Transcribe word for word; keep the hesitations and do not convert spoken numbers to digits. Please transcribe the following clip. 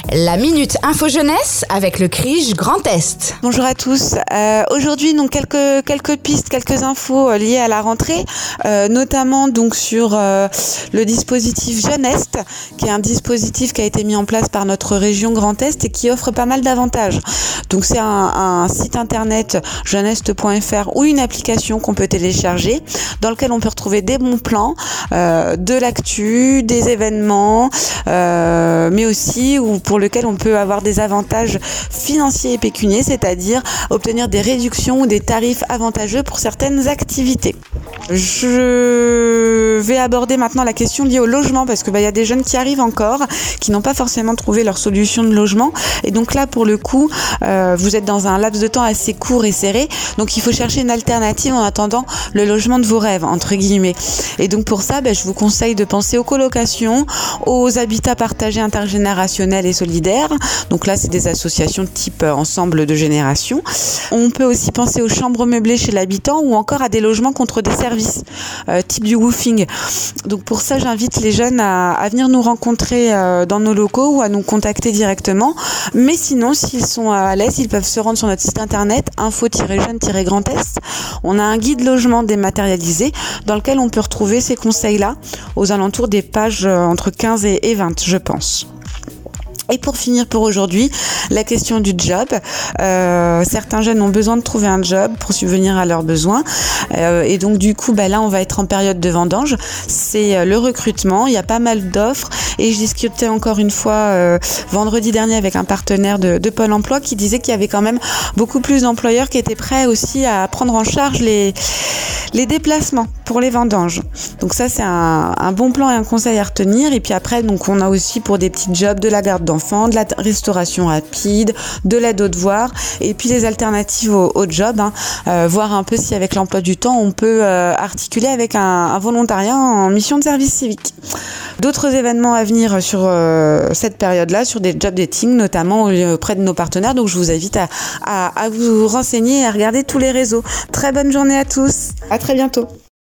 La Minute Info Jeunesse avec le Crige Grand Est. Bonjour à tous. Euh, aujourd'hui, donc quelques quelques pistes, quelques infos euh, liées à la rentrée, euh, notamment donc sur euh, le dispositif Jeuneste, qui est un dispositif qui a été mis en place par notre région Grand Est et qui offre pas mal d'avantages. Donc c'est un, un site internet jeuneste point f r ou une application qu'on peut télécharger, dans lequel on peut retrouver des bons plans, euh, de l'actu, des événements, euh, mais aussi ou pour lequel on peut avoir des avantages financiers et pécuniaires, c'est-à-dire obtenir des réductions ou des tarifs avantageux pour certaines activités. Je vais aborder maintenant la question liée au logement, parce que bah, y a des jeunes qui arrivent encore, qui n'ont pas forcément trouvé leur solution de logement, et donc là pour le coup euh, vous êtes dans un laps de temps assez court et serré, donc il faut chercher une alternative en attendant le logement de vos rêves entre guillemets. Et donc pour ça bah, je vous conseille de penser aux colocations, aux habitats partagés intergénérationnels et solidaires, donc là c'est des associations de type euh, ensemble de générations. On peut aussi penser aux chambres meublées chez l'habitant, ou encore à des logements contre des services euh, type du woofing. Donc pour ça j'invite les jeunes à, à venir nous rencontrer euh, dans nos locaux ou à nous contacter directement, mais sinon s'ils sont à l'aise ils peuvent se rendre sur notre site internet info tiret jeune tiret grand est. On a un guide logement dématérialisé dans lequel on peut retrouver ces conseils là aux alentours des pages euh, entre quinze et vingt je pense. Et pour finir pour aujourd'hui, la question du job. Euh, certains jeunes ont besoin de trouver un job pour subvenir à leurs besoins. Euh, et donc du coup, bah là, on va être en période de vendange. C'est le recrutement. Il y a pas mal d'offres. Et je discutais encore une fois euh, vendredi dernier avec un partenaire de, de Pôle emploi qui disait qu'il y avait quand même beaucoup plus d'employeurs qui étaient prêts aussi à prendre en charge les, les déplacements pour les vendanges. Donc ça, c'est un, un bon plan et un conseil à retenir. Et puis après, donc on a aussi pour des petits jobs de la garde d'enfants, de la restauration rapide, de l'aide aux devoirs, et puis les alternatives au, au job, hein. euh, voir un peu si avec l'emploi du temps on peut euh, articuler avec un, un volontariat en mission de service civique. D'autres événements à venir sur euh, cette période-là, sur des job dating notamment auprès de nos partenaires, donc je vous invite à, à, à vous renseigner et à regarder tous les réseaux. Très bonne journée à tous, à très bientôt.